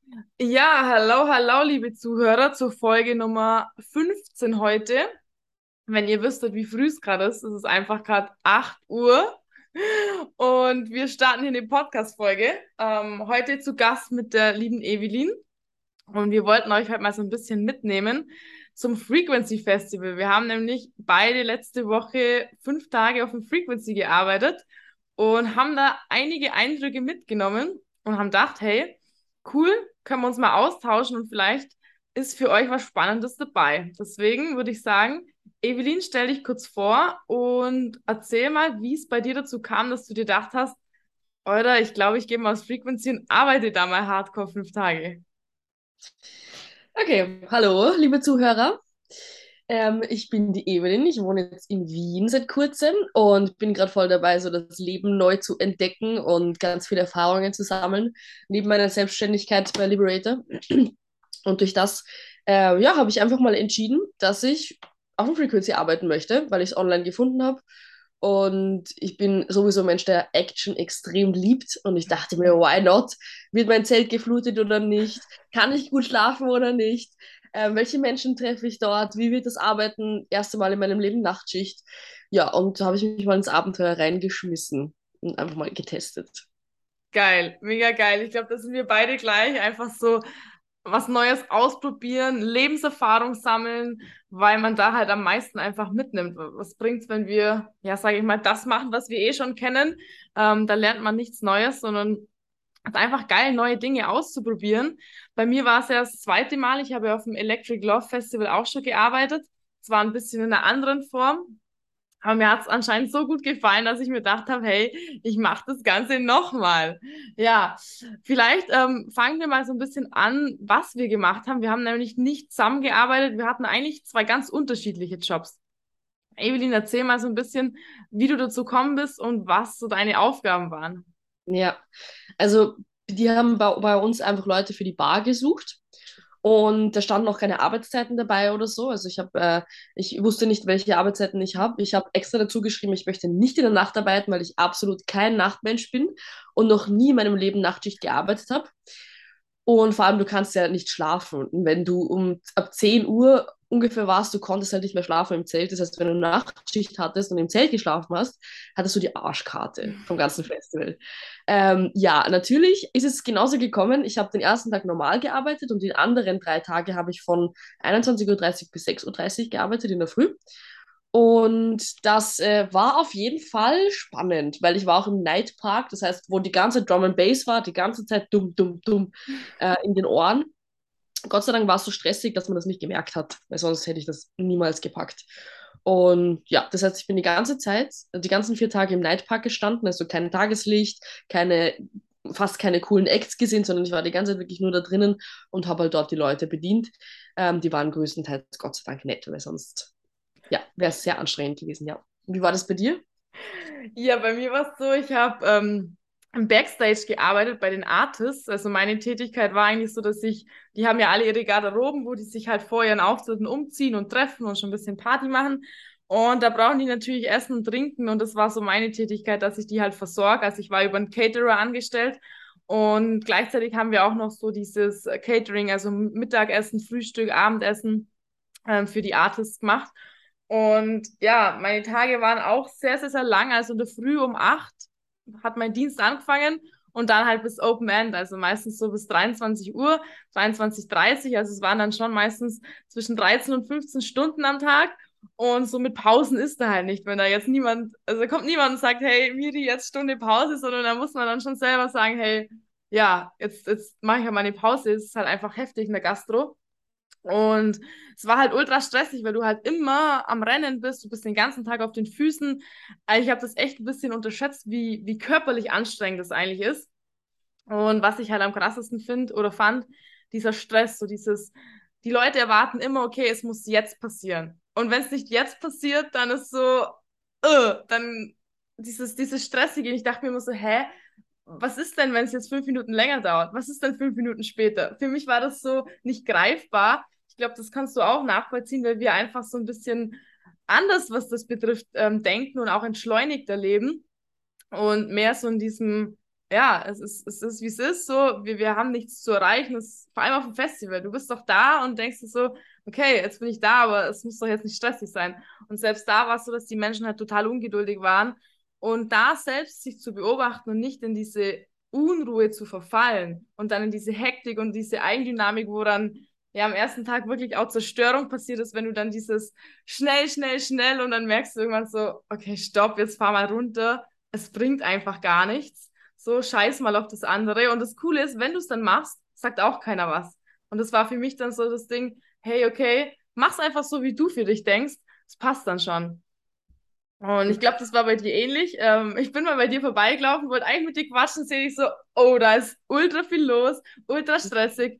Ja, hallo, hallo, liebe Zuhörer, zur Folge Nummer 15 heute. Wenn ihr wüsstet, wie früh es gerade ist, ist es einfach gerade 8 Uhr. Und wir starten hier eine Podcast-Folge. Heute zu Gast mit der lieben Evelyn. Und wir wollten euch heute mal so ein bisschen mitnehmen zum Frequency Festival. Wir haben nämlich beide letzte Woche 5 Tage auf dem Frequency gearbeitet und haben da einige Eindrücke mitgenommen und haben gedacht, hey, cool, können wir uns mal austauschen und vielleicht ist für euch was Spannendes dabei. Deswegen würde ich sagen, Evelyn, stell dich kurz vor und erzähl mal, wie es bei dir dazu kam, dass du dir gedacht hast, oder ich glaube, ich gehe mal aufs Frequency und arbeite da mal Hardcore 5 Tage. Okay, hallo, liebe Zuhörer. Ich bin die Evelyn. Ich wohne jetzt in Wien seit kurzem und bin gerade voll dabei, so das Leben neu zu entdecken und ganz viele Erfahrungen zu sammeln, neben meiner Selbstständigkeit bei Liberator. Und durch das, ja, habe ich einfach mal entschieden, dass ich auf dem Frequency arbeiten möchte, weil ich es online gefunden habe. Und ich bin sowieso ein Mensch, der Action extrem liebt. Und ich dachte mir, why not? Wird mein Zelt geflutet oder nicht? Kann ich gut schlafen oder nicht? Welche Menschen treffe ich dort? Wie wird das Arbeiten? Erste Mal in meinem Leben Nachtschicht. Ja, und da habe ich mich mal ins Abenteuer reingeschmissen und einfach mal getestet. Geil, mega geil. Ich glaube, da sind wir beide gleich. Einfach so was Neues ausprobieren, Lebenserfahrung sammeln, weil man da halt am meisten einfach mitnimmt. Was bringt's, wenn wir, ja, sage ich mal, das machen, was wir eh schon kennen? Da lernt man nichts Neues, sondern es ist einfach geil, neue Dinge auszuprobieren. Bei mir war es ja das zweite Mal. Ich habe ja auf dem Electric Love Festival auch schon gearbeitet. Zwar ein bisschen in einer anderen Form, aber mir hat es anscheinend so gut gefallen, dass ich mir gedacht habe, hey, ich mache das Ganze nochmal. Ja, vielleicht fangen wir mal so ein bisschen an, was wir gemacht haben. Wir haben nämlich nicht zusammengearbeitet. Wir hatten eigentlich zwei ganz unterschiedliche Jobs. Evelyn, erzähl mal so ein bisschen, wie du dazu gekommen bist und was so deine Aufgaben waren. Ja, also die haben bei uns einfach Leute für die Bar gesucht. Und da standen auch keine Arbeitszeiten dabei oder so. Also ich wusste nicht, welche Arbeitszeiten ich habe. Ich habe extra dazu geschrieben, ich möchte nicht in der Nacht arbeiten, weil ich absolut kein Nachtmensch bin und noch nie in meinem Leben Nachtschicht gearbeitet habe. Und vor allem, du kannst ja nicht schlafen. Und wenn du ab 10 Uhr ungefähr warst, du konntest halt nicht mehr schlafen im Zelt. Das heißt, wenn du Nachtschicht hattest und im Zelt geschlafen hast, hattest du die Arschkarte vom ganzen Festival. Ja, natürlich ist es genauso gekommen. Ich habe den ersten Tag normal gearbeitet und die anderen 3 Tage habe ich von 21:30 Uhr bis 6:30 Uhr gearbeitet in der Früh. Und das war auf jeden Fall spannend, weil ich war auch im Night Park, das heißt, wo die ganze Drum and Bass war, die ganze Zeit dumm, dumm, dumm in den Ohren. Gott sei Dank war es so stressig, dass man das nicht gemerkt hat, weil sonst hätte ich das niemals gepackt. Und ja, das heißt, ich bin die ganze Zeit, die ganzen 4 Tage im Nightpark gestanden, also kein Tageslicht, fast keine coolen Acts gesehen, sondern ich war die ganze Zeit wirklich nur da drinnen und habe halt dort die Leute bedient. Die waren größtenteils Gott sei Dank nett, weil sonst, ja, wäre es sehr anstrengend gewesen, ja. Wie war das bei dir? Ja, bei mir war es so, ich habe im Backstage gearbeitet bei den Artists. Also meine Tätigkeit war eigentlich so, dass die haben ja alle ihre Garderoben, wo die sich halt vor ihren Auftritten umziehen und treffen und schon ein bisschen Party machen. Und da brauchen die natürlich Essen und Trinken und das war so meine Tätigkeit, dass ich die halt versorge. Also ich war über einen Caterer angestellt und gleichzeitig haben wir auch noch so dieses Catering, also Mittagessen, Frühstück, Abendessen für die Artists gemacht. Und ja, meine Tage waren auch sehr, sehr, sehr lang. Also in der Früh um 8 hat mein Dienst angefangen und dann halt bis Open End, also meistens so bis 23 Uhr, 22:30. Also es waren dann schon meistens zwischen 13 und 15 Stunden am Tag. Und so mit Pausen ist da halt nicht, wenn da jetzt niemand, also da kommt niemand und sagt, hey, Miri, jetzt Stunde Pause, sondern da muss man dann schon selber sagen, hey, ja, jetzt mache ich ja mal eine Pause. Es ist halt einfach heftig in der Gastro. Und es war halt ultra stressig, weil du halt immer am Rennen bist, du bist den ganzen Tag auf den Füßen. Also ich habe das echt ein bisschen unterschätzt, wie körperlich anstrengend das eigentlich ist. Und was ich halt am krassesten finde oder fand, dieser Stress, so dieses, die Leute erwarten immer, okay, es muss jetzt passieren. Und wenn es nicht jetzt passiert, dann ist so, dann dieses Stressige. Ich dachte mir immer so, hä? Was ist denn, wenn es jetzt 5 Minuten länger dauert? Was ist denn 5 Minuten später? Für mich war das so nicht greifbar. Ich glaube, das kannst du auch nachvollziehen, weil wir einfach so ein bisschen anders, was das betrifft, denken und auch entschleunigter leben und mehr so in diesem ja, es ist, wie es ist, so, wir haben nichts zu erreichen, vor allem auf dem Festival. Du bist doch da und denkst dir so, okay, jetzt bin ich da, aber es muss doch jetzt nicht stressig sein. Und selbst da war es so, dass die Menschen halt total ungeduldig waren. Und da selbst sich zu beobachten und nicht in diese Unruhe zu verfallen und dann in diese Hektik und diese Eigendynamik, wo dann ja am ersten Tag wirklich auch Zerstörung passiert ist, wenn du dann dieses schnell, schnell, schnell und dann merkst du irgendwann so, okay, stopp, jetzt fahr mal runter. Es bringt einfach gar nichts. So, scheiß mal auf das andere. Und das Coole ist, wenn du es dann machst, sagt auch keiner was. Und das war für mich dann so das Ding, hey, okay, mach's einfach so, wie du für dich denkst. Es passt dann schon. Und ich glaube, das war bei dir ähnlich. Ich bin mal bei dir vorbeigelaufen, wollte eigentlich mit dir quatschen, sehe ich so, oh, da ist ultra viel los, ultra stressig.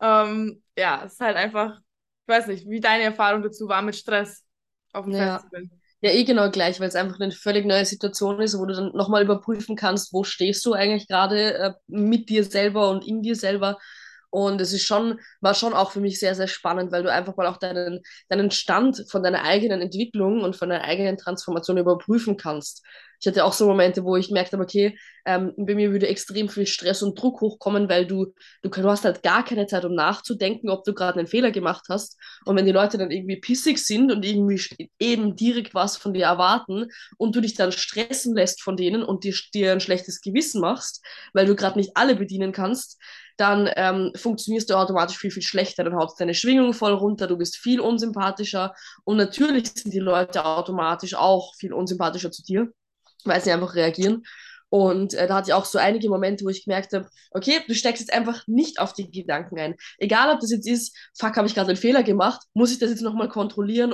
Ja, es ist halt einfach, ich weiß nicht, wie deine Erfahrung dazu war mit Stress auf dem Ja. Festival. Ja, eh genau gleich, weil es einfach eine völlig neue Situation ist, wo du dann nochmal überprüfen kannst, wo stehst du eigentlich gerade mit dir selber und in dir selber. Und es ist schon, war schon auch für mich sehr, sehr spannend, weil du einfach mal auch deinen Stand von deiner eigenen Entwicklung und von deiner eigenen Transformation überprüfen kannst. Ich hatte auch so Momente, wo ich merkte, okay, bei mir würde extrem viel Stress und Druck hochkommen, weil du hast halt gar keine Zeit, um nachzudenken, ob du gerade einen Fehler gemacht hast. Und wenn die Leute dann irgendwie pissig sind und irgendwie eben direkt was von dir erwarten und du dich dann stressen lässt von denen und dir ein schlechtes Gewissen machst, weil du gerade nicht alle bedienen kannst, dann funktionierst du automatisch viel, viel schlechter. Dann haut deine Schwingung voll runter, du bist viel unsympathischer und natürlich sind die Leute automatisch auch viel unsympathischer zu dir, weil sie einfach reagieren. Und da hatte ich auch so einige Momente, wo ich gemerkt habe, okay, du steckst jetzt einfach nicht auf die Gedanken ein. Egal, ob das jetzt ist, fuck, habe ich gerade einen Fehler gemacht, muss ich das jetzt nochmal kontrollieren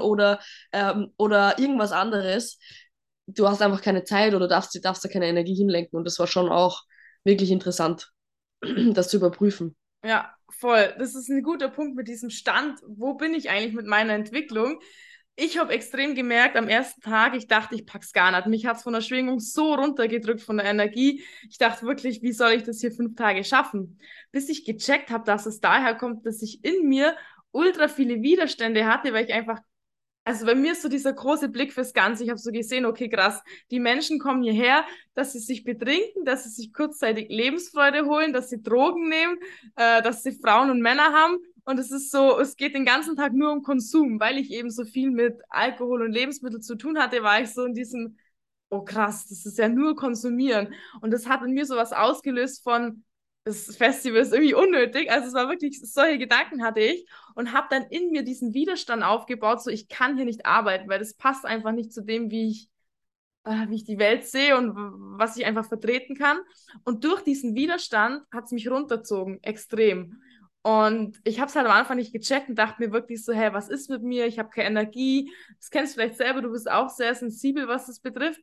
oder irgendwas anderes. Du hast einfach keine Zeit oder darfst da keine Energie hinlenken. Und das war schon auch wirklich interessant, das zu überprüfen. Ja, voll. Das ist ein guter Punkt mit diesem Stand. Wo bin ich eigentlich mit meiner Entwicklung? Ich habe extrem gemerkt am ersten Tag, ich dachte, ich pack's gar nicht. Mich hat's von der Schwingung so runtergedrückt, von der Energie. Ich dachte wirklich, wie soll ich das hier 5 Tage schaffen? Bis ich gecheckt habe, dass es daher kommt, dass ich in mir ultra viele Widerstände hatte, weil ich einfach also bei mir ist so dieser große Blick fürs Ganze. Ich habe so gesehen, okay, krass, die Menschen kommen hierher, dass sie sich betrinken, dass sie sich kurzzeitig Lebensfreude holen, dass sie Drogen nehmen, dass sie Frauen und Männer haben. Und es ist so, es geht den ganzen Tag nur um Konsum. Weil ich eben so viel mit Alkohol und Lebensmitteln zu tun hatte, war ich so in diesem, oh krass, das ist ja nur Konsumieren. Und das hat in mir so was ausgelöst von, das Festival ist irgendwie unnötig. Also es war wirklich, solche Gedanken hatte ich und habe dann in mir diesen Widerstand aufgebaut, so ich kann hier nicht arbeiten, weil das passt einfach nicht zu dem, wie ich die Welt sehe und was ich einfach vertreten kann. Und durch diesen Widerstand hat es mich runterzogen, extrem. Und ich habe es halt am Anfang nicht gecheckt und dachte mir wirklich so, hey, was ist mit mir? Ich habe keine Energie. Das kennst du vielleicht selber, du bist auch sehr sensibel, was das betrifft.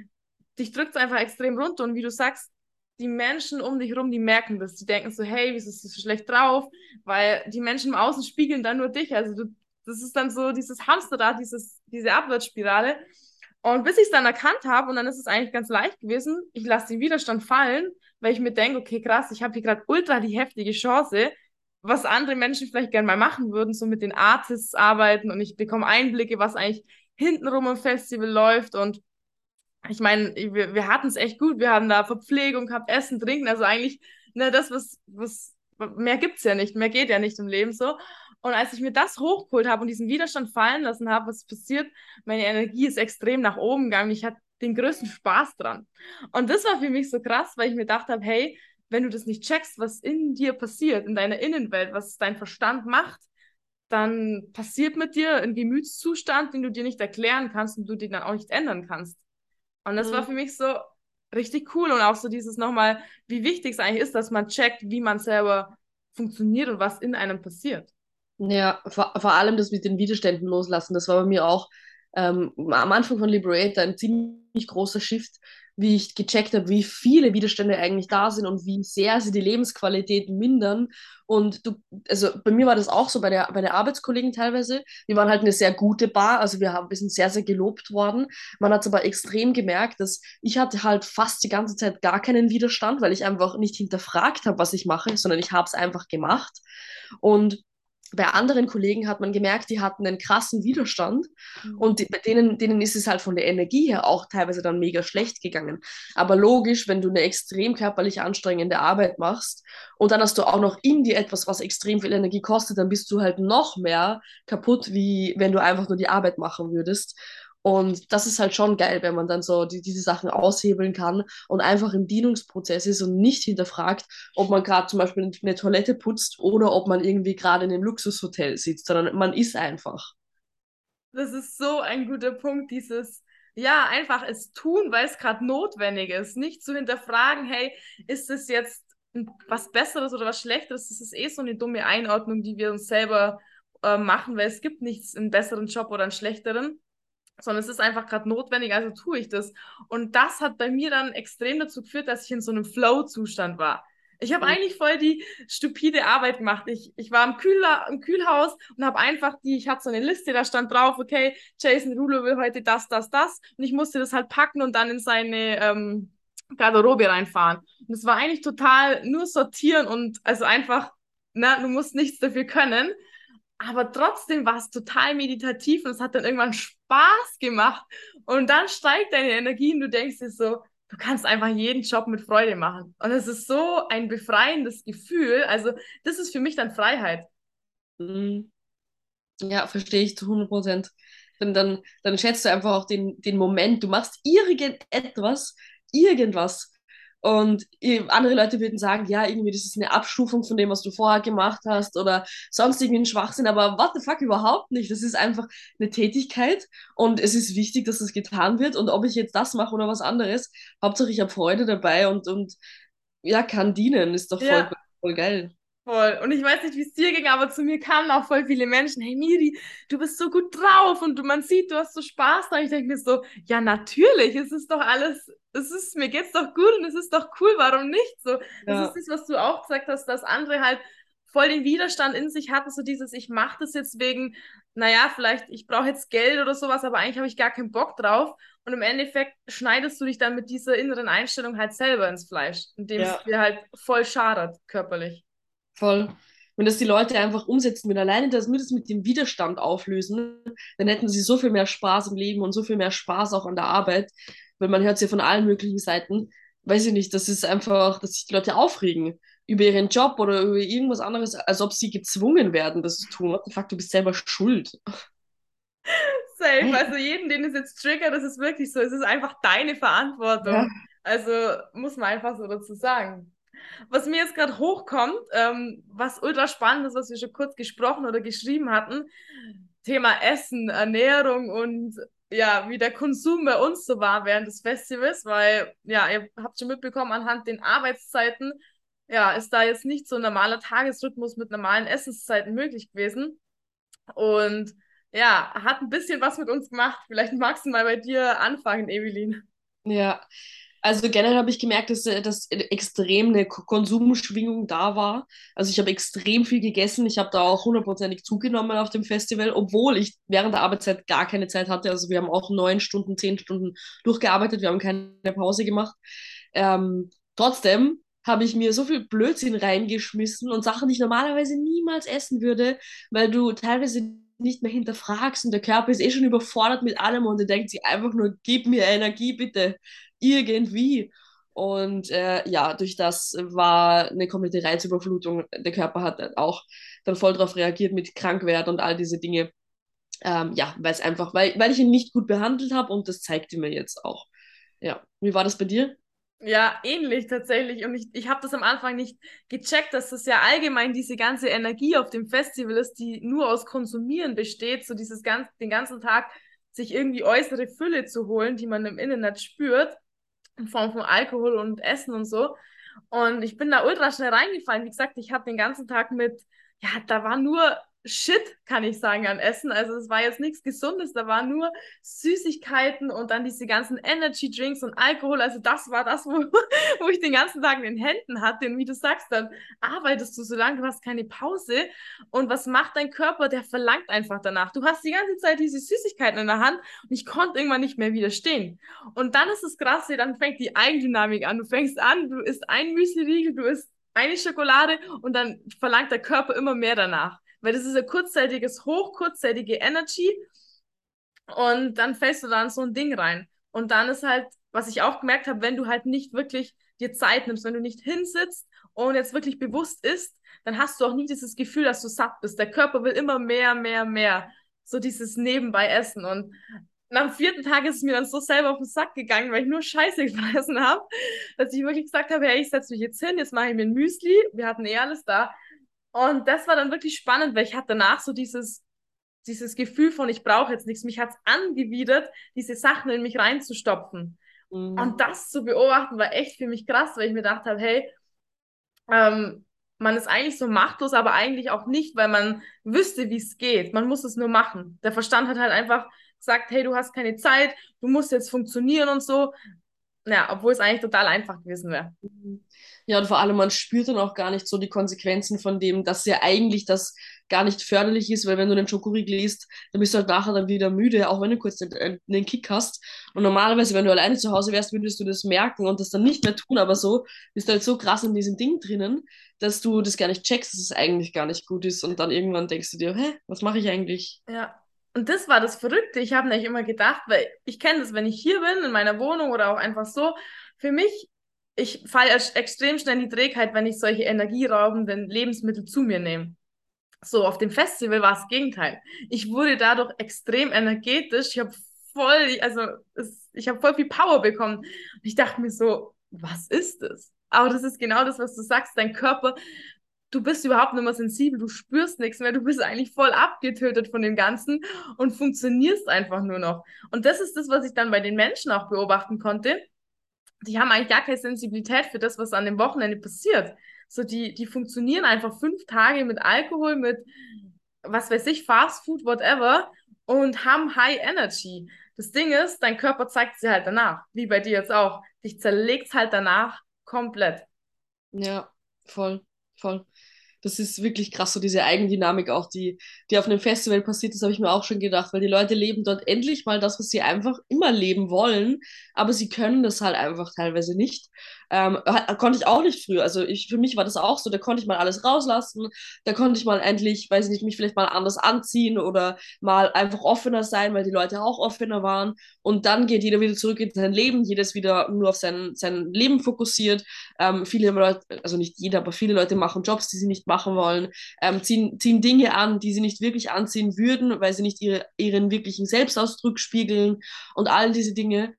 Dich drückt es einfach extrem runter. Und wie du sagst, die Menschen um dich herum, die merken das. Die denken so, hey, wieso ist du so schlecht drauf? Weil die Menschen im Außen spiegeln dann nur dich. Also das ist dann so dieses Hamsterrad, diese Abwärtsspirale. Und bis ich es dann erkannt habe, und dann ist es eigentlich ganz leicht gewesen, ich lasse den Widerstand fallen, weil ich mir denke, okay, krass, ich habe hier gerade ultra die heftige Chance, was andere Menschen vielleicht gerne mal machen würden, so mit den Artists arbeiten und ich bekomme Einblicke, was eigentlich hintenrum im Festival läuft und ich meine, wir hatten es echt gut. Wir haben da Verpflegung gehabt, Essen, Trinken. Also eigentlich, ne, das, was mehr gibt's ja nicht, mehr geht ja nicht im Leben so. Und als ich mir das hochgeholt habe und diesen Widerstand fallen lassen habe, was passiert, meine Energie ist extrem nach oben gegangen. Ich hatte den größten Spaß dran. Und das war für mich so krass, weil ich mir gedacht habe, hey, wenn du das nicht checkst, was in dir passiert, in deiner Innenwelt, was dein Verstand macht, dann passiert mit dir ein Gemütszustand, den du dir nicht erklären kannst und du den dann auch nicht ändern kannst. Und das war Mhm. für mich so richtig cool und auch so dieses nochmal, wie wichtig es eigentlich ist, dass man checkt, wie man selber funktioniert und was in einem passiert. Ja, vor allem das mit den Widerständen loslassen, das war bei mir auch am Anfang von Liberator ein ziemlich großer Shift, wie ich gecheckt habe, wie viele Widerstände eigentlich da sind und wie sehr sie die Lebensqualität mindern. Und also bei mir war das auch so bei der Arbeitskollegen teilweise. Wir waren halt eine sehr gute Bar, also wir sind sehr, sehr gelobt worden. Man hat es aber extrem gemerkt, dass ich hatte halt fast die ganze Zeit gar keinen Widerstand, weil ich einfach nicht hinterfragt habe, was ich mache, sondern ich habe es einfach gemacht. Und bei anderen Kollegen hat man gemerkt, die hatten einen krassen Widerstand Mhm. und bei denen ist es halt von der Energie her auch teilweise dann mega schlecht gegangen. Aber logisch, wenn du eine extrem körperlich anstrengende Arbeit machst und dann hast du auch noch in dir etwas, was extrem viel Energie kostet, dann bist du halt noch mehr kaputt, wie wenn du einfach nur die Arbeit machen würdest. Und das ist halt schon geil, wenn man dann so diese Sachen aushebeln kann und einfach im Dienungsprozess ist und nicht hinterfragt, ob man gerade zum Beispiel eine Toilette putzt oder ob man irgendwie gerade in einem Luxushotel sitzt, sondern man ist einfach. Das ist so ein guter Punkt, dieses, ja, einfach es tun, weil es gerade notwendig ist. Nicht zu hinterfragen, hey, ist es jetzt was Besseres oder was Schlechteres? Das ist eh so eine dumme Einordnung, die wir uns selber machen, weil es gibt nichts, einen besseren Job oder einen schlechteren, sondern es ist einfach gerade notwendig, also tue ich das. Und das hat bei mir dann extrem dazu geführt, dass ich in so einem Flow-Zustand war. Ich habe eigentlich voll die stupide Arbeit gemacht. Ich war im Kühlhaus und habe einfach ich hatte so eine Liste, da stand drauf, okay, Jason Rulo will heute das, das, das. Und ich musste das halt packen und dann in seine Garderobe reinfahren. Und es war eigentlich total nur sortieren und also einfach, na, du musst nichts dafür können. Aber trotzdem war es total meditativ und es hat dann irgendwann Spaß gemacht. Und dann steigt deine Energie und du denkst dir so, du kannst einfach jeden Job mit Freude machen. Und es ist so ein befreiendes Gefühl. Also, das ist für mich dann Freiheit. Mhm. Ja, verstehe ich zu 100%. Dann schätzt du einfach auch den Moment. Du machst irgendwas. Und andere Leute würden sagen, ja, irgendwie, das ist eine Abstufung von dem, was du vorher gemacht hast oder sonst irgendwie ein Schwachsinn. Aber what the fuck, überhaupt nicht. Das ist einfach eine Tätigkeit und es ist wichtig, dass das getan wird. Und ob ich jetzt das mache oder was anderes, Hauptsache ich habe Freude dabei und ja, kann dienen. Ist doch Ja, voll geil. voll. Und ich weiß nicht, wie es dir ging, aber zu mir kamen auch voll viele Menschen. Hey Miri, du bist so gut drauf und man sieht, du hast so Spaß. Und ich denke mir so, ja, natürlich, es ist doch alles, mir geht's doch gut und es ist doch cool, warum nicht? So, das ist Ja, das, was du auch gesagt hast, dass andere halt voll den Widerstand in sich hatten, so dieses, ich mache das jetzt wegen, naja, vielleicht, ich brauche jetzt Geld oder sowas, aber eigentlich habe ich gar keinen Bock drauf. Und im Endeffekt schneidest du dich dann mit dieser inneren Einstellung halt selber ins Fleisch, indem es ja. dir halt voll schadet, körperlich. Voll. Wenn das die Leute einfach umsetzen würden, alleine nur das mit dem Widerstand auflösen, dann hätten sie so viel mehr Spaß im Leben und so viel mehr Spaß auch an der Arbeit, weil man hört es ja von allen möglichen Seiten. Weiß ich nicht, das ist einfach, dass sich die Leute aufregen über ihren Job oder über irgendwas anderes, als ob sie gezwungen werden, das zu tun. What the fuck, du bist selber schuld. Safe. Hä? Also jeden, den es jetzt triggert, das ist wirklich so. Es ist einfach deine Ja. Verantwortung. Also muss man einfach so dazu sagen. Was mir jetzt gerade hochkommt, was ultra spannend ist, was wir schon kurz gesprochen oder geschrieben hatten, Thema Essen, Ernährung und ja, wie der Konsum bei uns so war während des Festivals, weil ja, ihr habt schon mitbekommen, anhand den Arbeitszeiten, ja, ist da jetzt nicht so ein normaler Tagesrhythmus mit normalen Essenszeiten möglich gewesen. Und ja, hat ein bisschen was mit uns gemacht. Vielleicht magst du mal bei dir anfangen, Evelyn. Ja, also generell habe ich gemerkt, dass extrem eine Konsumschwingung da war. Also ich habe extrem viel gegessen. Ich habe da auch hundertprozentig zugenommen auf dem Festival, obwohl ich während der Arbeitszeit gar keine Zeit hatte. Also wir haben auch 9 Stunden, 10 Stunden durchgearbeitet. Wir haben keine Pause gemacht. Trotzdem habe ich mir so viel Blödsinn reingeschmissen und Sachen, die ich normalerweise niemals essen würde, weil du teilweise nicht mehr hinterfragst und der Körper ist eh schon überfordert mit allem und er denkt sich einfach nur, gib mir Energie bitte, irgendwie. Und ja, durch das war eine komplette Reizüberflutung. Der Körper hat halt auch dann voll darauf reagiert mit Krankwerden und all diese Dinge. Ja, weil es einfach, weil ich ihn nicht gut behandelt habe und das zeigte mir jetzt auch. Ja, wie war das bei dir? Ja, ähnlich tatsächlich. Und ich habe das am Anfang nicht gecheckt, dass das ja allgemein diese ganze Energie auf dem Festival ist, die nur aus Konsumieren besteht, so den ganzen Tag sich irgendwie äußere Fülle zu holen, die man im Internet spürt, in Form von Alkohol und Essen und so. Und ich bin da ultra schnell reingefallen. Wie gesagt, ich habe den ganzen Tag ja, da war nur Shit, kann ich sagen, an Essen. Also es war jetzt nichts Gesundes, da waren nur Süßigkeiten und dann diese ganzen Energy Drinks und Alkohol. Also das war das, wo ich den ganzen Tag in den Händen hatte. Und wie du sagst, dann arbeitest du so lange, du hast keine Pause. Und was macht dein Körper? Der verlangt einfach danach. Du hast die ganze Zeit diese Süßigkeiten in der Hand und ich konnte irgendwann nicht mehr widerstehen. Und dann ist es krass, dann fängt die Eigendynamik an. Du fängst an, du isst ein Müsli-Riegel, du isst eine Schokolade und dann verlangt der Körper immer mehr danach. weil das ist ein kurzzeitiges Hoch, kurzzeitige Energy und dann fällst du da in so ein Ding rein. Und dann ist halt, was ich auch gemerkt habe, wenn du halt nicht wirklich dir Zeit nimmst, wenn du nicht hinsitzt und jetzt wirklich bewusst isst, dann hast du auch nie dieses Gefühl, dass du satt bist. Der Körper will immer mehr, mehr, mehr. So dieses nebenbei Essen. Und am vierten Tag ist es mir dann so selber auf den Sack gegangen, weil ich nur Scheiße gefressen habe, dass ich wirklich gesagt habe, hey, ich setze mich jetzt hin, jetzt mache ich mir ein Müsli. Wir hatten eh alles da. Und das war dann wirklich spannend, weil ich hatte danach so dieses Gefühl von, ich brauche jetzt nichts. Mich hat es angewidert, diese Sachen in mich reinzustopfen. Und Mhm. das zu beobachten, war echt für mich krass, weil ich mir gedacht habe, hey, ähm, man ist eigentlich so machtlos, aber eigentlich auch nicht, weil man wüsste, wie es geht. Man muss es nur machen. Der Verstand hat halt einfach gesagt, hey, du hast keine Zeit, du musst jetzt funktionieren und so. Ja, obwohl es eigentlich total einfach gewesen wäre. Ja, und vor allem, man spürt dann auch gar nicht so die Konsequenzen von dem, dass ja eigentlich das gar nicht förderlich ist, weil wenn du den Schokoriegel isst, dann bist du halt nachher dann wieder müde, auch wenn du kurz den Kick hast. Und normalerweise, wenn du alleine zu Hause wärst, würdest du das merken und das dann nicht mehr tun, aber so bist du halt so krass in diesem Ding drinnen, dass du das gar nicht checkst, dass es eigentlich gar nicht gut ist und dann irgendwann denkst du dir, hä, was mache ich eigentlich? Ja. Und das war das Verrückte. Ich habe nämlich immer gedacht, weil ich kenne das, wenn ich hier bin, in meiner Wohnung oder auch einfach so, für mich, ich falle extrem schnell in die Trägheit, wenn ich solche energieraubenden Lebensmittel zu mir nehme. So, auf dem Festival war es das Gegenteil. Ich wurde dadurch extrem energetisch. Ich habe ich habe voll viel Power bekommen. Und ich dachte mir so, was ist das? Aber das ist genau das, was du sagst. Dein Körper, du bist überhaupt nicht mehr sensibel, du spürst nichts mehr, du bist eigentlich voll abgetötet von dem Ganzen und funktionierst einfach nur noch. Und das ist das, was ich dann bei den Menschen auch beobachten konnte. Die haben eigentlich gar keine Sensibilität für das, was an dem Wochenende passiert. So, die funktionieren einfach 5 Tage mit Alkohol, mit was weiß ich, Fast Food, whatever, und haben High Energy. Das Ding ist, dein Körper zeigt sie halt danach, wie bei dir jetzt auch. Dich zerlegt's halt danach komplett. Ja, voll, voll. Das ist wirklich krass, so diese Eigendynamik auch, die auf einem Festival passiert, das habe ich mir auch schon gedacht, weil die Leute leben dort endlich mal das, was sie einfach immer leben wollen, aber sie können das halt einfach teilweise nicht. Konnte ich auch nicht früher. Also für mich war das auch so, da konnte ich mal alles rauslassen, da konnte ich mal endlich, weiß ich nicht, mich vielleicht mal anders anziehen oder mal einfach offener sein, weil die Leute auch offener waren. Und dann geht jeder wieder zurück in sein Leben, jeder ist wieder nur auf sein Leben fokussiert. Viele Leute, also nicht jeder, aber viele Leute machen Jobs, die sie nicht machen wollen, ziehen Dinge an, die sie nicht wirklich anziehen würden, weil sie nicht ihren wirklichen Selbstausdruck spiegeln und all diese Dinge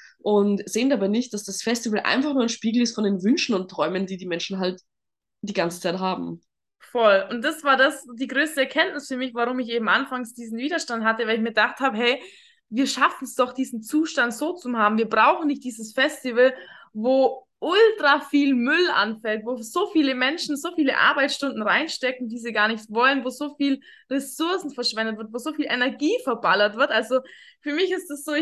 und sehen dabei nicht, dass das Festival einfach nur ein Spiegel ist von den Wünschen und Träumen, die die Menschen halt die ganze Zeit haben. Voll. Und das war die größte Erkenntnis für mich, warum ich eben anfangs diesen Widerstand hatte, weil ich mir gedacht habe, hey, wir schaffen es doch, diesen Zustand so zu haben. Wir brauchen nicht dieses Festival, wo ultra viel Müll anfällt, wo so viele Menschen so viele Arbeitsstunden reinstecken, die sie gar nicht wollen, wo so viel Ressourcen verschwendet wird, wo so viel Energie verballert wird. Also für mich ist das so,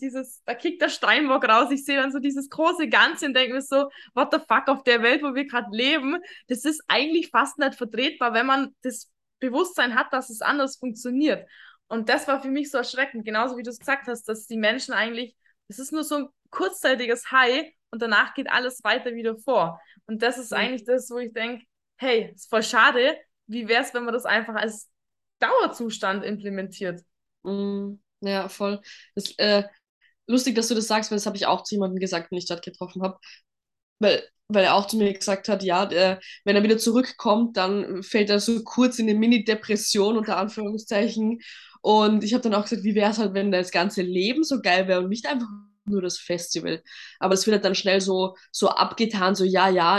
da kickt der Steinbock raus. Ich sehe dann so dieses große Ganze und denke mir so, what the fuck, auf der Welt, wo wir gerade leben, das ist eigentlich fast nicht vertretbar, wenn man das Bewusstsein hat, dass es anders funktioniert. Und das war für mich so erschreckend, genauso wie du es gesagt hast, dass die Menschen eigentlich, es ist nur so ein kurzzeitiges High und danach geht alles weiter wieder vor. Und das ist eigentlich das, wo ich denke, hey, ist voll schade, wie wäre es, wenn man das einfach als Dauerzustand implementiert? Ja, voll. Das, lustig, dass du das sagst, weil das habe ich auch zu jemandem gesagt, den ich dort getroffen habe. Weil er auch zu mir gesagt hat, ja, wenn er wieder zurückkommt, dann fällt er so kurz in eine Mini-Depression, unter Anführungszeichen. Und ich habe dann auch gesagt, wie wäre es halt, wenn das ganze Leben so geil wäre und nicht einfach nur das Festival. Aber es wird halt dann schnell so abgetan, so ja, ja,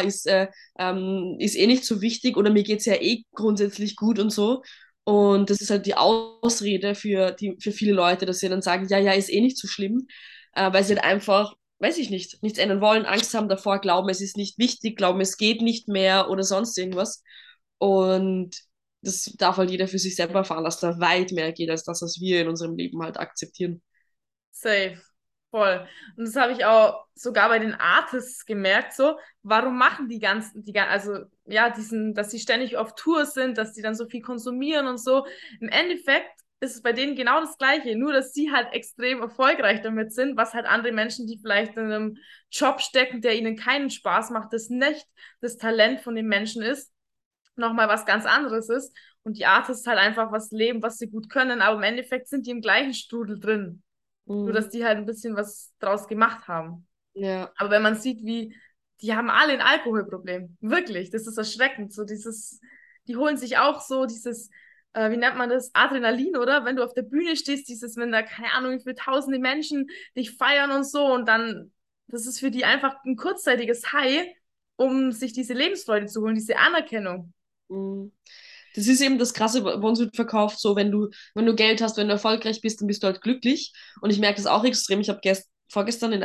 ist eh nicht so wichtig oder mir geht es ja eh grundsätzlich gut und so. Und das ist halt die Ausrede für viele Leute, dass sie dann sagen, ja, ja, ist eh nicht so schlimm, weil sie halt einfach weiß ich nicht, nichts ändern wollen, Angst haben davor, glauben, es ist nicht wichtig, glauben, es geht nicht mehr oder sonst irgendwas. Und das darf halt jeder für sich selber erfahren, dass da weit mehr geht als das, was wir in unserem Leben halt akzeptieren. Safe. Voll. Und das habe ich auch sogar bei den Artists gemerkt, so, warum machen also, ja, dass sie ständig auf Tour sind, dass sie dann so viel konsumieren und so. Im Endeffekt ist es bei denen genau das Gleiche, nur dass sie halt extrem erfolgreich damit sind, was halt andere Menschen, die vielleicht in einem Job stecken, der ihnen keinen Spaß macht, das nicht das Talent von den Menschen ist. nochmal was ganz anderes ist und die Artists halt einfach was leben, was sie gut können, aber im Endeffekt sind die im gleichen Strudel drin. Nur, dass Mhm. die halt ein bisschen was draus gemacht haben. Ja. Aber wenn man sieht, wie, die haben alle ein Alkoholproblem. Wirklich, das ist erschreckend. So dieses, die holen sich auch so dieses, wie nennt man das? Adrenalin, oder? Wenn du auf der Bühne stehst, dieses, wenn da, keine Ahnung, wie viele tausende Menschen dich feiern und so und dann, das ist für die einfach ein kurzzeitiges High, um sich diese Lebensfreude zu holen, diese Anerkennung. Mhm. Das ist eben das Krasse bei uns wird verkauft, so wenn du Geld hast, wenn du erfolgreich bist, dann bist du halt glücklich. Und ich merke das auch extrem. Ich habe vorgestern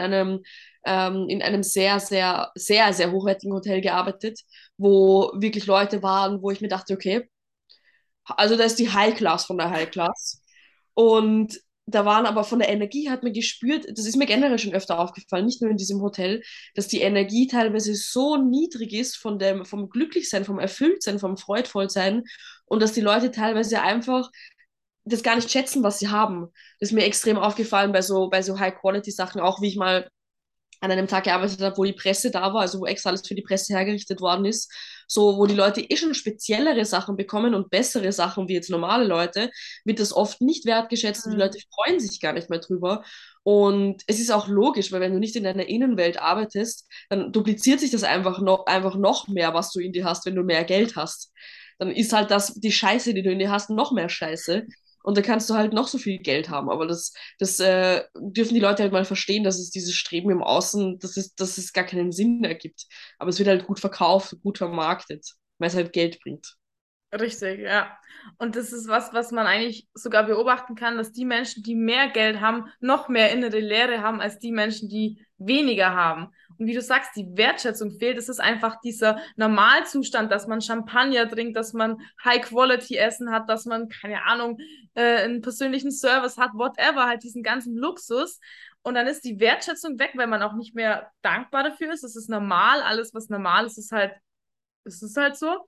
in einem sehr, sehr, sehr, sehr hochwertigen Hotel gearbeitet, wo wirklich Leute waren, wo ich mir dachte, okay, also da ist die High Class von der High Class. Und da waren aber von der Energie hat man gespürt, das ist mir generell schon öfter aufgefallen, nicht nur in diesem Hotel, dass die Energie teilweise so niedrig ist vom Glücklichsein, vom Erfülltsein, vom Freudvollsein und dass die Leute teilweise einfach das gar nicht schätzen, was sie haben. Das ist mir extrem aufgefallen bei so High-Quality-Sachen, auch wie ich mal an einem Tag gearbeitet habe, wo die Presse da war, also wo extra alles für die Presse hergerichtet worden ist, so wo die Leute eh schon speziellere Sachen bekommen und bessere Sachen wie jetzt normale Leute, wird das oft nicht wertgeschätzt und die Mhm. Leute freuen sich gar nicht mehr drüber. Und es ist auch logisch, weil wenn du nicht in deiner Innenwelt arbeitest, dann dupliziert sich das einfach noch mehr, was du in dir hast, wenn du mehr Geld hast. Dann ist halt das, die Scheiße, die du in dir hast, noch mehr Scheiße. Und da kannst du halt noch so viel Geld haben. Aber das dürfen die Leute halt mal verstehen, dass es dieses Streben im Außen, dass es gar keinen Sinn ergibt. Aber es wird halt gut verkauft, gut vermarktet, weil es halt Geld bringt. Richtig, ja. Und das ist was, was man eigentlich sogar beobachten kann, dass die Menschen, die mehr Geld haben, noch mehr innere Leere haben als die Menschen, die weniger haben. Und wie du sagst, die Wertschätzung fehlt. Es ist einfach dieser Normalzustand, dass man Champagner trinkt, dass man High-Quality-Essen hat, dass man, keine Ahnung, einen persönlichen Service hat, whatever, halt diesen ganzen Luxus. Und dann ist die Wertschätzung weg, weil man auch nicht mehr dankbar dafür ist. Es ist normal, alles, was normal ist, ist es halt so.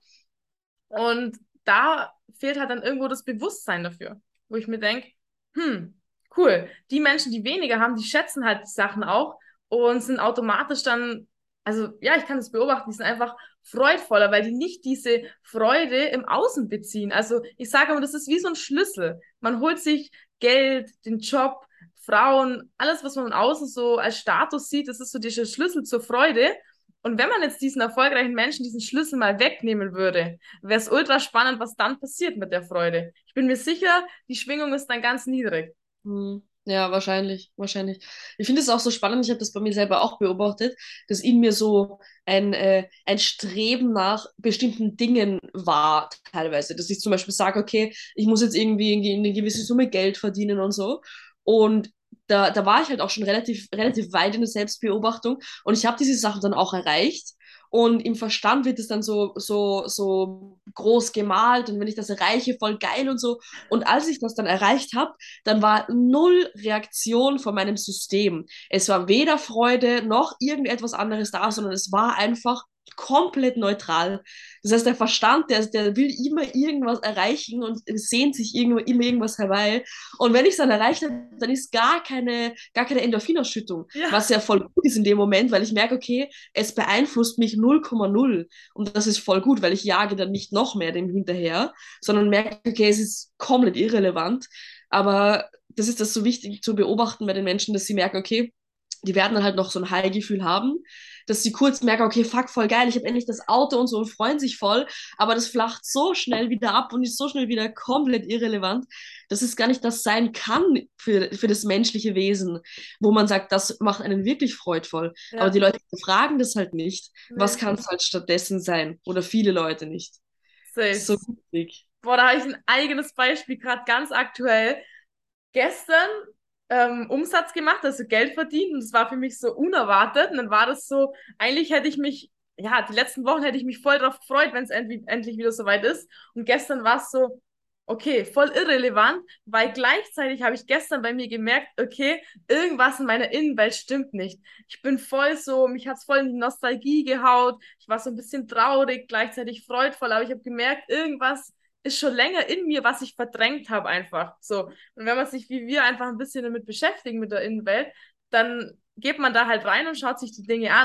Und da fehlt halt dann irgendwo das Bewusstsein dafür, wo ich mir denke, hm, cool, die Menschen, die weniger haben, die schätzen halt die Sachen auch und sind automatisch dann, also ja, ich kann das beobachten, die sind einfach freudvoller, weil die nicht diese Freude im Außen beziehen. Also ich sage immer, das ist wie so ein Schlüssel. Man holt sich Geld, den Job, Frauen, alles, was man im Außen so als Status sieht, das ist so dieser Schlüssel zur Freude. Und wenn man jetzt diesen erfolgreichen Menschen diesen Schlüssel mal wegnehmen würde, wäre es ultra spannend, was dann passiert mit der Freude. Ich bin mir sicher, die Schwingung ist dann ganz niedrig. Hm. Ja, wahrscheinlich, wahrscheinlich. Ich finde es auch so spannend, ich habe das bei mir selber auch beobachtet, dass in mir so ein Streben nach bestimmten Dingen war, teilweise. Dass ich zum Beispiel sage, okay, ich muss jetzt irgendwie eine gewisse Summe Geld verdienen und so. Und da war ich halt auch schon relativ weit in der Selbstbeobachtung und ich habe diese Sachen dann auch erreicht. Und im Verstand wird es dann so groß gemalt und wenn ich das erreiche, voll geil und so. Und als ich das dann erreicht habe, dann war null Reaktion von meinem System. Es war weder Freude noch irgendetwas anderes da, sondern es war einfach komplett neutral. Das heißt, der Verstand, der will immer irgendwas erreichen und sehnt sich immer irgendwas herbei. Und wenn ich es dann erreicht habe, dann ist gar keine Endorphinausschüttung, Ja, was ja voll gut ist in dem Moment, weil ich merke, okay, es beeinflusst mich 0,0. Und das ist voll gut, weil ich jage dann nicht noch mehr dem hinterher, sondern merke, okay, es ist komplett irrelevant. Aber das ist das so wichtig zu beobachten bei den Menschen, dass sie merken, okay, die werden dann halt noch so ein High-Gefühl haben, dass sie kurz merken, okay, fuck, voll geil, ich habe endlich das Auto und so und freuen sich voll, aber das flacht so schnell wieder ab und ist so schnell wieder komplett irrelevant, dass es gar nicht das sein kann für das menschliche Wesen, wo man sagt, das macht einen wirklich freudvoll. Aber die ja, Leute fragen das halt nicht, was nee, kann es halt stattdessen sein? Oder viele Leute nicht. safe. So wichtig. Boah, da habe ich ein eigenes Beispiel, gerade ganz aktuell. Gestern Umsatz gemacht, also Geld verdient und es war für mich so unerwartet und dann war das so, eigentlich hätte ich mich, ja, die letzten Wochen hätte ich mich voll drauf gefreut, wenn es endlich wieder soweit ist und gestern war es so, okay, voll irrelevant, weil gleichzeitig habe ich gestern bei mir gemerkt, okay, irgendwas in meiner Innenwelt stimmt nicht. Ich bin voll so, mich hat es voll in die Nostalgie gehaut, ich war so ein bisschen traurig, gleichzeitig freudvoll, aber ich habe gemerkt, irgendwas ist schon länger in mir, was ich verdrängt habe einfach. So. Und wenn man sich wie wir einfach ein bisschen damit beschäftigen mit der Innenwelt, dann geht man da halt rein und schaut sich die Dinge an.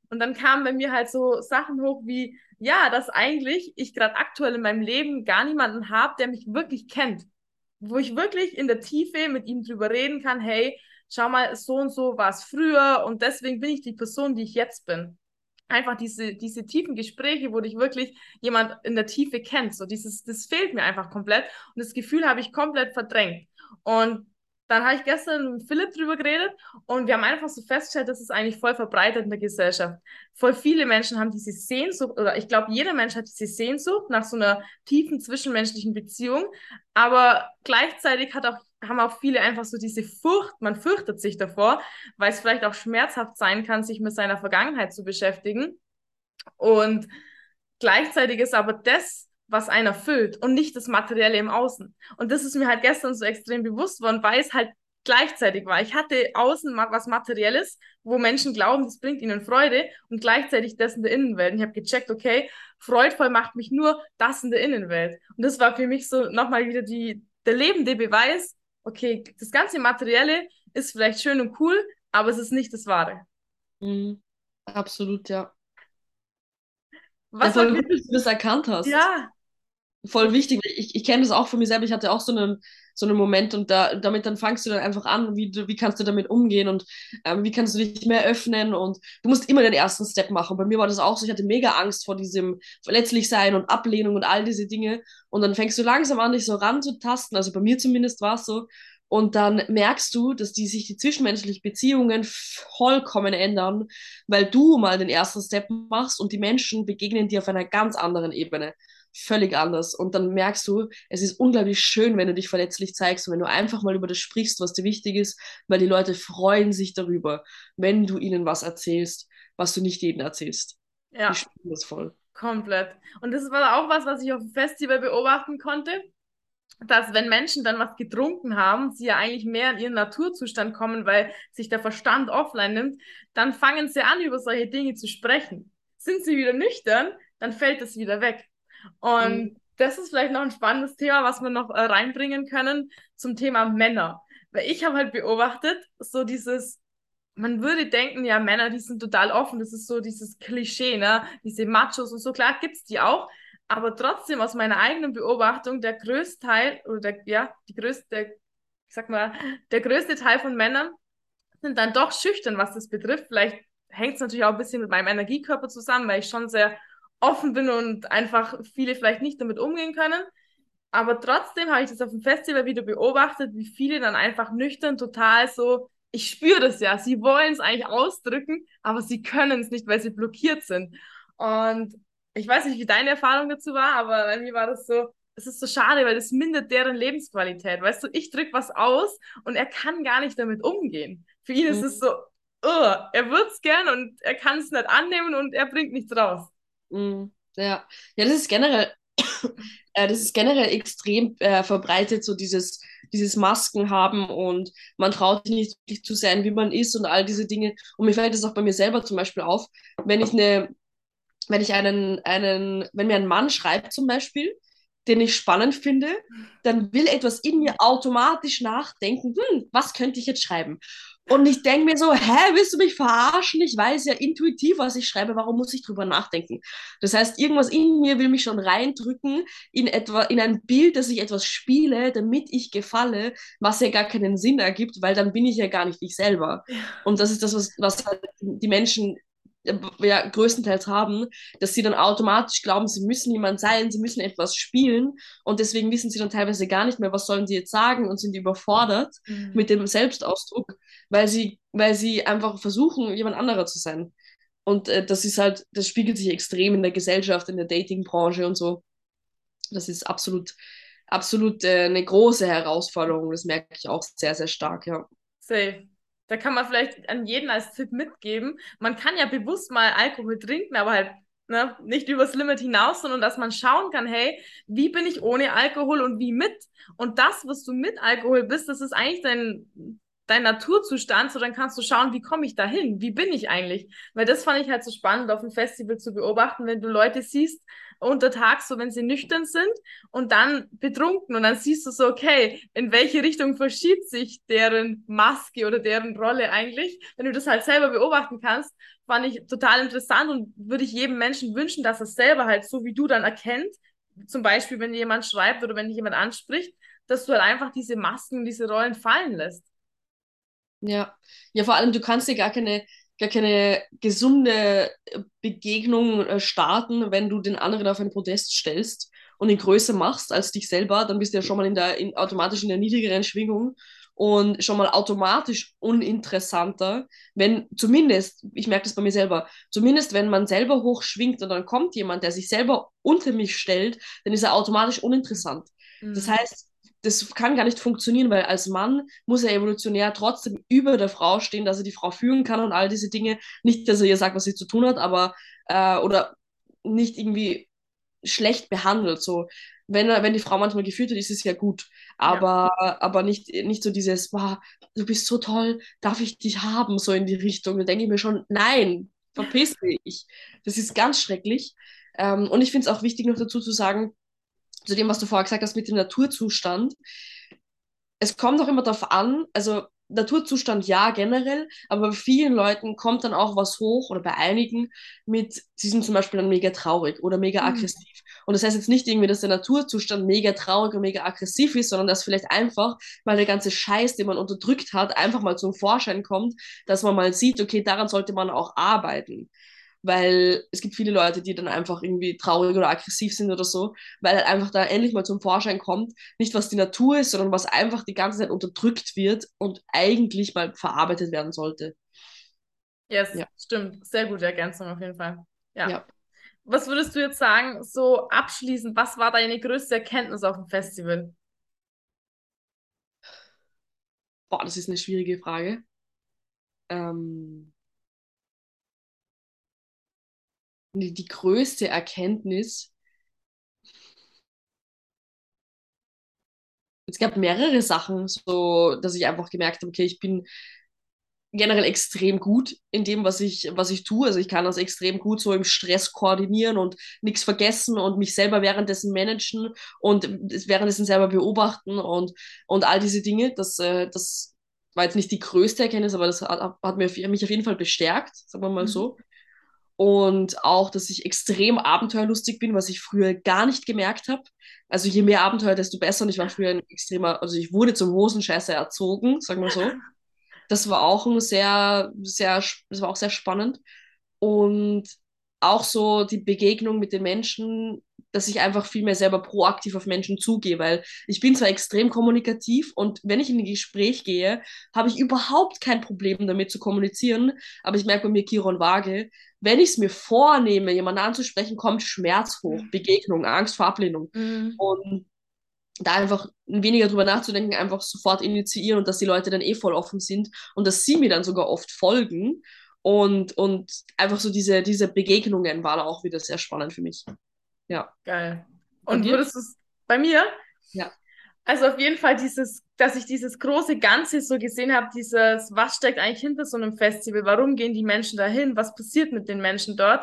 Und dann kamen bei mir halt so Sachen hoch wie, ja, dass eigentlich ich gerade aktuell in meinem Leben gar niemanden habe, der mich wirklich kennt. Wo ich wirklich in der Tiefe mit ihm drüber reden kann, hey, schau mal, so und so war es früher und deswegen bin ich die Person, die ich jetzt bin. Einfach diese tiefen Gespräche, wo dich wirklich jemand in der Tiefe kennt. So das fehlt mir einfach komplett. Und das Gefühl habe ich komplett verdrängt. Und dann habe ich gestern mit Philipp drüber geredet und wir haben einfach so festgestellt, dass es eigentlich voll verbreitet in der Gesellschaft. Voll viele Menschen haben diese Sehnsucht, oder ich glaube, jeder Mensch hat diese Sehnsucht nach so einer tiefen zwischenmenschlichen Beziehung. Aber gleichzeitig haben auch viele einfach so diese Furcht, man fürchtet sich davor, weil es vielleicht auch schmerzhaft sein kann, sich mit seiner Vergangenheit zu beschäftigen. Und gleichzeitig ist aber das, was einen erfüllt und nicht das Materielle im Außen. Und das ist mir halt gestern so extrem bewusst worden, weil es halt gleichzeitig war. Ich hatte außen was Materielles, wo Menschen glauben, das bringt ihnen Freude und gleichzeitig das in der Innenwelt. Und ich habe gecheckt, okay, freudvoll macht mich nur das in der Innenwelt. Und das war für mich so nochmal wieder der lebende Beweis, okay, das ganze Materielle ist vielleicht schön und cool, aber es ist nicht das Wahre. Mhm. Absolut, ja. Ja, Was war voll für gut, dass du das erkannt hast. ja, Voll wichtig. Ich kenne das auch von mir selber. Ich hatte auch so einen Moment und damit dann fangst du dann einfach an, wie kannst du damit umgehen und wie kannst du dich mehr öffnen und du musst immer den ersten Step machen. Bei mir war das auch so. Ich hatte mega Angst vor diesem verletzlich sein und Ablehnung und all diese Dinge. Und dann fängst du langsam an, dich so ranzutasten. Also bei mir zumindest war es so. Und dann merkst du, dass sich die zwischenmenschlichen Beziehungen vollkommen ändern, weil du mal den ersten Step machst und die Menschen begegnen dir auf einer ganz anderen Ebene, völlig anders. Und dann merkst du, es ist unglaublich schön, wenn du dich verletzlich zeigst und wenn du einfach mal über das sprichst, was dir wichtig ist, weil die Leute freuen sich darüber, wenn du ihnen was erzählst, was du nicht jedem erzählst. Die ja, spüren das voll. komplett. Und das war auch was, was ich auf dem Festival beobachten konnte, dass wenn Menschen dann was getrunken haben, sie ja eigentlich mehr in ihren Naturzustand kommen, weil sich der Verstand offline nimmt, dann fangen sie an, über solche Dinge zu sprechen. Sind sie wieder nüchtern, dann fällt es wieder weg. Mhm. Und das ist vielleicht noch ein spannendes Thema, was wir noch reinbringen können zum Thema Männer. Weil ich habe halt beobachtet, so man würde denken, ja, Männer, die sind total offen, das ist so dieses Klischee, ne? Diese Machos und so, klar gibt's die auch, aber trotzdem aus meiner eigenen Beobachtung, der größte Teil, oder ja, ich sag mal, der größte Teil von Männern sind dann doch schüchtern, was das betrifft. Vielleicht hängt es natürlich auch ein bisschen mit meinem Energiekörper zusammen, weil ich schon sehr offen bin und einfach viele vielleicht nicht damit umgehen können. Aber trotzdem habe ich das auf dem Festival wieder beobachtet, wie viele dann einfach nüchtern total so, ich spüre das ja, sie wollen es eigentlich ausdrücken, aber sie können es nicht, weil sie blockiert sind. Und ich weiß nicht, wie deine Erfahrung dazu war, aber bei mir war das so, es ist so schade, weil das mindert deren Lebensqualität. Weißt du, ich drücke was aus und er kann gar nicht damit umgehen. Für ihn ist es Mhm. so, er würde es gern und er kann es nicht annehmen und er bringt nichts raus. Mhm. Ja. Ja, das ist generell extrem verbreitet, so dieses Masken haben und man traut sich nicht wirklich zu sein, wie man ist und all diese Dinge. Und mir fällt das auch bei mir selber zum Beispiel auf, wenn ich eine, wenn ich wenn mir ein Mann schreibt zum Beispiel, den ich spannend finde, dann will etwas in mir automatisch nachdenken, was könnte ich jetzt schreiben? Und ich denke mir so, hä, willst du mich verarschen? Ich weiß ja intuitiv, was ich schreibe, warum muss ich drüber nachdenken? Das heißt, irgendwas in mir will mich schon reindrücken in ein Bild, dass ich etwas spiele, damit ich gefalle, was ja gar keinen Sinn ergibt, weil dann bin ich ja gar nicht ich selber. Und das ist das, was halt die Menschen ja, größtenteils haben, dass sie dann automatisch glauben, sie müssen jemand sein, sie müssen etwas spielen und deswegen wissen sie dann teilweise gar nicht mehr, was sollen sie jetzt sagen und sind überfordert Mhm. mit dem Selbstausdruck, weil sie einfach versuchen, jemand anderer zu sein. Und das ist halt, das spiegelt sich extrem in der Gesellschaft, in der Datingbranche und so. Das ist absolut eine große Herausforderung. Das merke ich auch sehr, sehr stark, ja. Safe. Da kann man vielleicht an jeden als Tipp mitgeben. Man kann ja bewusst mal Alkohol trinken, aber halt ne, nicht übers Limit hinaus, sondern dass man schauen kann, hey, wie bin ich ohne Alkohol und wie mit? Und das, was du mit Alkohol bist, das ist eigentlich dein Naturzustand. So dann kannst du schauen, wie komme ich da hin? Wie bin ich eigentlich? Weil das fand ich halt so spannend auf dem Festival zu beobachten, wenn du Leute siehst, untertags, so wenn sie nüchtern sind und dann betrunken und dann siehst du so, okay, in welche Richtung verschiebt sich deren Maske oder deren Rolle eigentlich, wenn du das halt selber beobachten kannst, fand ich total interessant und würde ich jedem Menschen wünschen, dass er selber halt so wie du dann erkennt, zum Beispiel, wenn dir jemand schreibt oder wenn dich jemand anspricht, dass du halt einfach diese Masken, diese Rollen fallen lässt. Ja. Ja, vor allem, du kannst dir gar keine gesunde Begegnung starten, wenn du den anderen auf ein Podest stellst und ihn größer machst als dich selber, dann bist du ja schon mal automatisch in der niedrigeren Schwingung und schon mal automatisch uninteressanter, wenn zumindest, ich merke das bei mir selber, zumindest wenn man selber hoch schwingt und dann kommt jemand, der sich selber unter mich stellt, dann ist er automatisch uninteressant. Das Mhm. heißt, das kann gar nicht funktionieren, weil als Mann muss er evolutionär trotzdem über der Frau stehen, dass er die Frau führen kann und all diese Dinge. Nicht, dass er ihr sagt, was sie zu tun hat, aber oder nicht irgendwie schlecht behandelt. So, wenn die Frau manchmal geführt wird, ist es ja gut. Ja. Aber nicht so dieses, wow, du bist so toll, darf ich dich haben, so in die Richtung. Da denke ich mir schon, nein, verpiss dich. Das ist ganz schrecklich. Und ich finde es auch wichtig, noch dazu zu sagen, zu dem, was du vorher gesagt hast mit dem Naturzustand, es kommt auch immer darauf an, also Naturzustand ja generell, aber bei vielen Leuten kommt dann auch was hoch oder bei einigen mit, sie sind zum Beispiel dann mega traurig oder mega Mhm. aggressiv. Und das heißt jetzt nicht irgendwie, dass der Naturzustand mega traurig und mega aggressiv ist, sondern dass vielleicht einfach mal der ganze Scheiß, den man unterdrückt hat, einfach mal zum Vorschein kommt, dass man mal sieht, okay, daran sollte man auch arbeiten. Weil es gibt viele Leute, die dann einfach irgendwie traurig oder aggressiv sind oder so, weil halt einfach da endlich mal zum Vorschein kommt, nicht was die Natur ist, sondern was einfach die ganze Zeit unterdrückt wird und eigentlich mal verarbeitet werden sollte. Yes, Ja, stimmt. Sehr gute Ergänzung auf jeden Fall. Ja. ja. Was würdest du jetzt sagen, so abschließend, was war deine größte Erkenntnis auf dem Festival? Boah, das ist eine schwierige Frage. Ähm, die größte Erkenntnis, es gab mehrere Sachen, so, dass ich einfach gemerkt habe, okay, ich bin generell extrem gut in dem, was ich tue. Also ich kann das extrem gut so im Stress koordinieren und nichts vergessen und mich selber währenddessen managen und währenddessen selber beobachten und all diese Dinge. Das war jetzt nicht die größte Erkenntnis, aber das hat mich auf jeden Fall bestärkt, sagen wir mal Mhm. so. Und auch, dass ich extrem abenteuerlustig bin, was ich früher gar nicht gemerkt habe. Also je mehr Abenteuer, desto besser. Und ich war früher ein extremer, also ich wurde zum Hosenscheißer erzogen, sagen wir so. Das war auch ein das war auch sehr spannend. Und auch so die Begegnung mit den Menschen, dass ich einfach viel mehr selber proaktiv auf Menschen zugehe, weil ich bin zwar extrem kommunikativ und wenn ich in ein Gespräch gehe, habe ich überhaupt kein Problem damit zu kommunizieren, aber ich merke bei mir Chiron Waage, wenn ich es mir vornehme, jemanden anzusprechen, kommt Schmerz hoch, Begegnung, Angst vor Ablehnung. Mhm. Und da einfach weniger drüber nachzudenken, einfach sofort initiieren und dass die Leute dann eh voll offen sind und dass sie mir dann sogar oft folgen. Und einfach so diese Begegnungen waren auch wieder sehr spannend für mich. Ja. Geil. Bei Und dir? würdest du es bei mir? Ja. Also auf jeden Fall dieses, dass ich dieses große Ganze so gesehen habe, dieses, was steckt eigentlich hinter so einem Festival? Warum gehen die Menschen dahin? Was passiert mit den Menschen dort?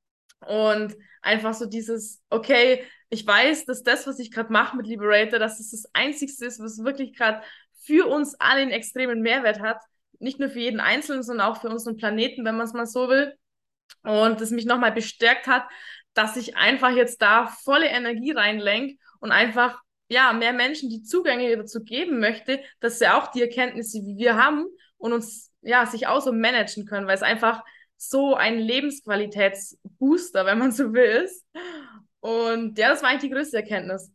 Und einfach so dieses, okay, ich weiß, dass das, was ich gerade mache mit Liberator, dass es das Einzigste ist, was wirklich gerade für uns alle einen extremen Mehrwert hat. Nicht nur für jeden Einzelnen, sondern auch für unseren Planeten, wenn man es mal so will. Und das mich nochmal bestärkt hat, dass ich einfach jetzt da volle Energie reinlenke und einfach ja mehr Menschen die Zugänge dazu geben möchte, dass sie auch die Erkenntnisse, wie wir haben und uns ja sich auch so managen können, weil es einfach so ein Lebensqualitätsbooster, wenn man so will, ist. Und ja, das war eigentlich die größte Erkenntnis.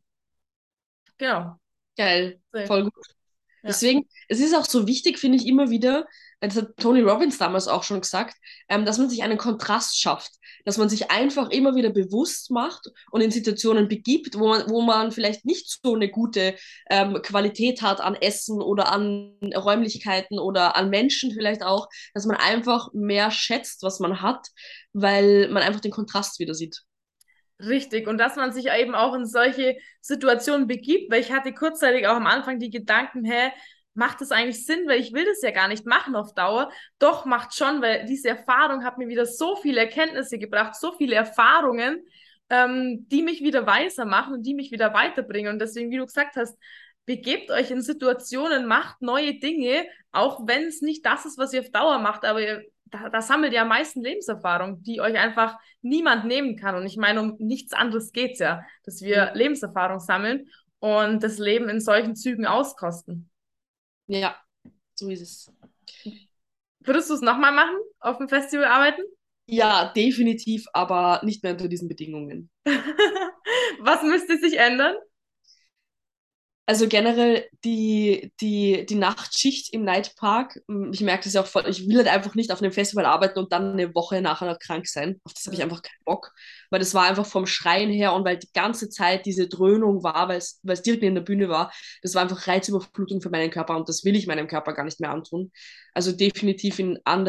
Genau. Geil. So, Voll gut. ja. Deswegen, es ist auch so wichtig, finde ich immer wieder, das hat Tony Robbins damals auch schon gesagt, dass man sich einen Kontrast schafft, dass man sich einfach immer wieder bewusst macht und in Situationen begibt, wo man vielleicht nicht so eine gute Qualität hat an Essen oder an Räumlichkeiten oder an Menschen vielleicht auch, dass man einfach mehr schätzt, was man hat, weil man einfach den Kontrast wieder sieht. Richtig, und dass man sich eben auch in solche Situationen begibt, weil ich hatte kurzzeitig auch am Anfang die Gedanken, hä, macht das eigentlich Sinn, weil ich will das ja gar nicht machen auf Dauer. Doch macht schon, weil diese Erfahrung hat mir wieder so viele Erkenntnisse gebracht, so viele Erfahrungen die mich wieder weiser machen und die mich wieder weiterbringen. Und deswegen, wie du gesagt hast, begebt euch in Situationen, macht neue Dinge, auch wenn es nicht das ist, was ihr auf Dauer macht, aber da sammelt ihr am meisten Lebenserfahrung, die euch einfach niemand nehmen kann. Und ich meine, um nichts anderes geht's ja, dass wir Mhm. Lebenserfahrung sammeln und das Leben in solchen Zügen auskosten. Ja, so ist es. Würdest du es nochmal machen, auf dem Festival arbeiten? Ja, definitiv, aber nicht mehr unter diesen Bedingungen. Was müsste sich ändern? Also generell die Nachtschicht im Nightpark, ich merke das ja auch voll, ich will halt einfach nicht auf einem Festival arbeiten und dann eine Woche nachher noch krank sein. Auf das habe ich einfach keinen Bock, weil das war einfach vom Schreien her und weil die ganze Zeit diese Dröhnung war, weil es direkt neben der Bühne war, das war einfach Reizüberflutung für meinen Körper und das will ich meinem Körper gar nicht mehr antun. Also definitiv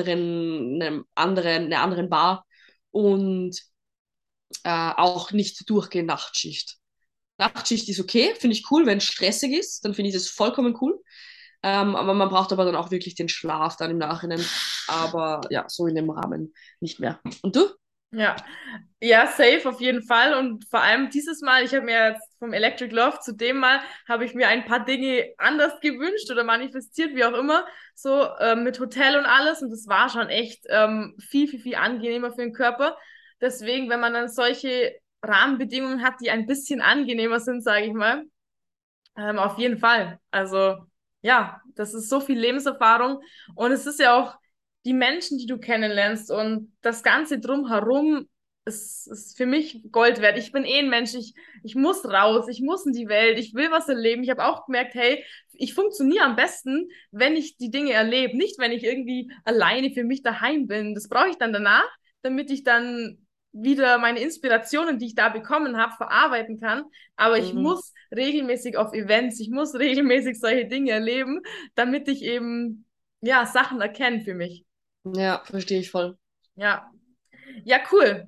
einer anderen Bar und auch nicht durchgehend Nachtschicht. Nachtschicht ist okay, finde ich cool. Wenn es stressig ist, dann finde ich das vollkommen cool. Aber man braucht aber dann auch wirklich den Schlaf dann im Nachhinein. Aber ja, so in dem Rahmen nicht mehr. Und du? Ja, ja, safe auf jeden Fall. Und vor allem dieses Mal, ich habe mir jetzt vom Electric Love zu dem Mal, habe ich mir ein paar Dinge anders gewünscht oder manifestiert, wie auch immer, so mit Hotel und alles. Und das war schon echt viel, viel, viel angenehmer für den Körper. Deswegen, wenn man dann solche Rahmenbedingungen hat, die ein bisschen angenehmer sind, sage ich mal, auf jeden Fall. Also ja, das ist so viel Lebenserfahrung und es ist ja auch die Menschen, die du kennenlernst und das Ganze drumherum ist für mich Gold wert. Ich bin eh ein Mensch, ich muss raus, ich muss in die Welt, ich will was erleben. Ich habe auch gemerkt, hey, ich funktioniere am besten, wenn ich die Dinge erlebe, nicht wenn ich irgendwie alleine für mich daheim bin. Das brauche ich dann danach, damit ich dann wieder meine Inspirationen, die ich da bekommen habe, verarbeiten kann. Aber ich Mhm. muss regelmäßig auf Events, ich muss regelmäßig solche Dinge erleben, damit ich eben, ja, Sachen erkenne für mich. Ja, verstehe ich voll. Ja. Ja, cool.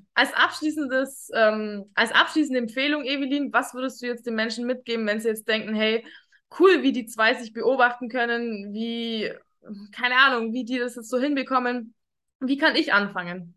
Als abschließende Empfehlung, Evelyn, was würdest du jetzt den Menschen mitgeben, wenn sie jetzt denken, hey, cool, wie die zwei sich beobachten können, wie, keine Ahnung, wie die das jetzt so hinbekommen. Wie kann ich anfangen?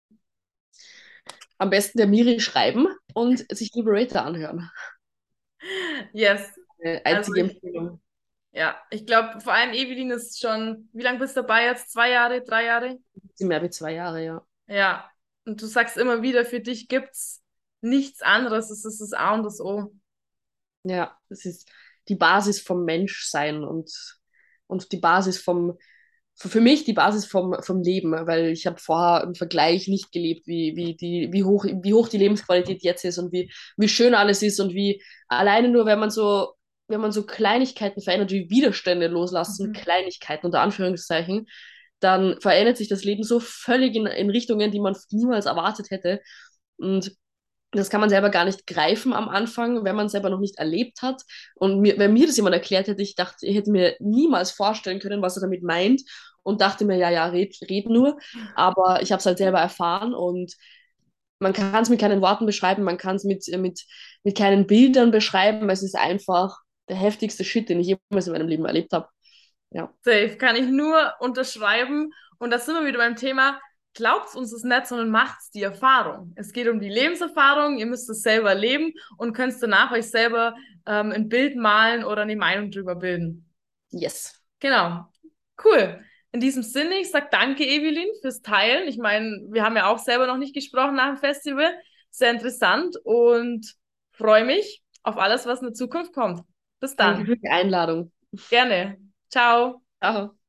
Am besten der Miri schreiben und sich Liberator anhören. Yes. Also Einzige Empfehlung. ich glaube, vor allem Evelyn ist schon, wie lange bist du dabei jetzt? 2 Jahre, 3 Jahre? Sie mehr wie 2 Jahre, ja. Ja, und du sagst immer wieder, für dich gibt's nichts anderes. Es ist das A und das O. Ja, das ist die Basis vom Menschsein und die Basis für mich die Basis vom Leben, weil ich habe vorher im Vergleich nicht gelebt, wie hoch die Lebensqualität jetzt ist und wie schön alles ist und wie alleine nur, wenn man so Kleinigkeiten verändert, wie Widerstände loslassen, Mhm. Kleinigkeiten unter Anführungszeichen, dann verändert sich das Leben so völlig in Richtungen, die man niemals erwartet hätte. Und das kann man selber gar nicht greifen am Anfang, wenn man es selber noch nicht erlebt hat. Und wenn mir das jemand erklärt hätte, ich dachte, ich hätte mir niemals vorstellen können, was er damit meint und dachte mir, ja, ja, red nur. Aber ich habe es halt selber erfahren und man kann es mit keinen Worten beschreiben, man kann es mit keinen Bildern beschreiben. Es ist einfach der heftigste Shit, den ich jemals in meinem Leben erlebt habe. Ja. Safe, kann ich nur unterschreiben. Und da sind wir wieder beim Thema, glaubt's uns es nicht, sondern macht's die Erfahrung. Es geht um die Lebenserfahrung, ihr müsst es selber leben und könnt danach euch selber ein Bild malen oder eine Meinung drüber bilden. Yes. Genau. Cool. In diesem Sinne, ich sag danke, Evelyn, fürs Teilen. Ich meine, wir haben ja auch selber noch nicht gesprochen nach dem Festival. Sehr interessant und freue mich auf alles, was in der Zukunft kommt. Bis Danke dann. für die Einladung. Gerne. Ciao. Ciao.